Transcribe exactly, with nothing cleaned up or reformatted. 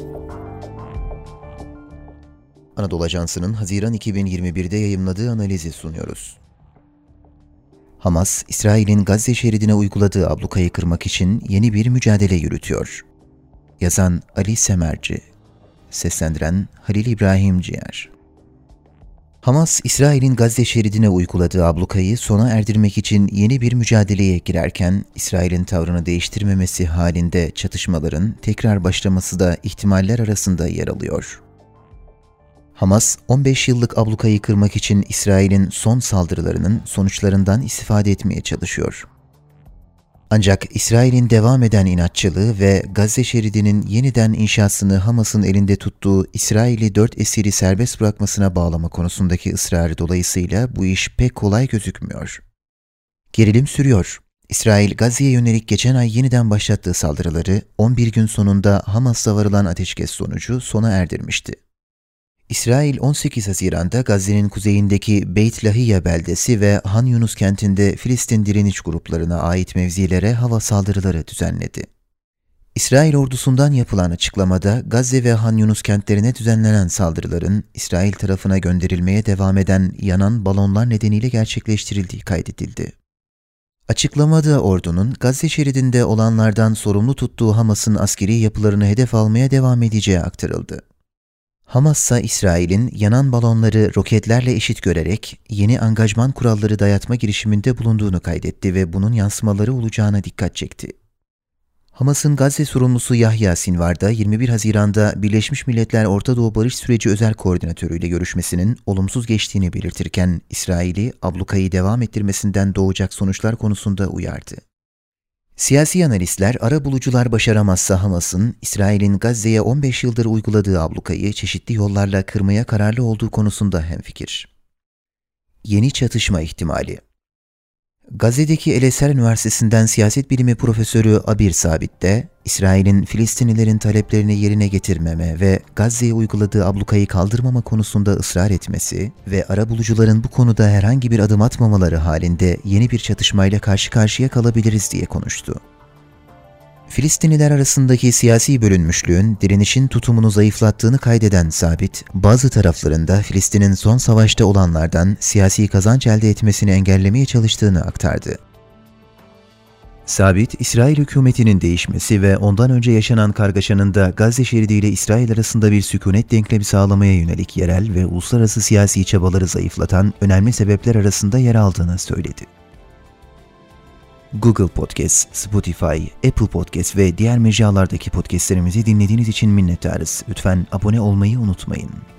Anadolu Ajansı'nın Haziran iki bin yirmi bir'de yayımladığı analizi sunuyoruz. Hamas, İsrail'in Gazze şeridine uyguladığı ablukayı kırmak için yeni bir mücadele yürütüyor. Yazan Ali Semerci, seslendiren Halil İbrahim Ciğer. Hamas, İsrail'in Gazze şeridine uyguladığı ablukayı sona erdirmek için yeni bir mücadeleye girerken, İsrail'in tavrını değiştirmemesi halinde çatışmaların tekrar başlaması da ihtimaller arasında yer alıyor. Hamas, on beş yıllık ablukayı kırmak için İsrail'in son saldırılarının sonuçlarından istifade etmeye çalışıyor. Ancak İsrail'in devam eden inatçılığı ve Gazze şeridinin yeniden inşasını Hamas'ın elinde tuttuğu İsrail'i dört esiri serbest bırakmasına bağlama konusundaki ısrarı dolayısıyla bu iş pek kolay gözükmüyor. Gerilim sürüyor. İsrail, Gazze'ye yönelik geçen ay yeniden başlattığı saldırıları on bir gün sonunda Hamas'la varılan ateşkes sonucu sona erdirmişti. İsrail on sekiz Haziran'da Gazze'nin kuzeyindeki Beit Lahiya beldesi ve Han Yunus kentinde Filistin direniş gruplarına ait mevzilere hava saldırıları düzenledi. İsrail ordusundan yapılan açıklamada Gazze ve Han Yunus kentlerine düzenlenen saldırıların İsrail tarafına gönderilmeye devam eden yanan balonlar nedeniyle gerçekleştirildiği kaydedildi. Açıklamada ordunun Gazze şeridinde olanlardan sorumlu tuttuğu Hamas'ın askeri yapılarını hedef almaya devam edeceği aktarıldı. Hamas ise İsrail'in yanan balonları roketlerle eşit görerek yeni angajman kuralları dayatma girişiminde bulunduğunu kaydetti ve bunun yansımaları olacağına dikkat çekti. Hamas'ın Gazze sorumlusu Yahya Sinvar da yirmi bir Haziran'da Birleşmiş Milletler Orta Doğu Barış Süreci Özel Koordinatörü ile görüşmesinin olumsuz geçtiğini belirtirken İsrail'i ablukayı devam ettirmesinden doğacak sonuçlar konusunda uyardı. Siyasi analistler, arabulucular başaramazsa Hamas'ın, İsrail'in Gazze'ye on beş yıldır uyguladığı ablukayı çeşitli yollarla kırmaya kararlı olduğu konusunda hemfikir. Yeni çatışma ihtimali. Gazze'deki El-Eser Üniversitesi'nden siyaset bilimi profesörü Abir Sabit de, İsrail'in Filistinlilerin taleplerini yerine getirmeme ve Gazze'ye uyguladığı ablukayı kaldırmama konusunda ısrar etmesi ve arabulucuların bu konuda herhangi bir adım atmamaları halinde yeni bir çatışmayla karşı karşıya kalabiliriz diye konuştu. Filistinliler arasındaki siyasi bölünmüşlüğün direnişin tutumunu zayıflattığını kaydeden Sabit, bazı taraflarında Filistin'in son savaşta olanlardan siyasi kazanç elde etmesini engellemeye çalıştığını aktardı. Sabit, İsrail hükümetinin değişmesi ve ondan önce yaşanan kargaşanın da Gazze şeridi ile İsrail arasında bir sükunet denklemi sağlamaya yönelik yerel ve uluslararası siyasi çabaları zayıflatan önemli sebepler arasında yer aldığını söyledi. Google Podcast, Spotify, Apple Podcast ve diğer mecralardaki podcastlerimizi dinlediğiniz için minnettarız. Lütfen abone olmayı unutmayın.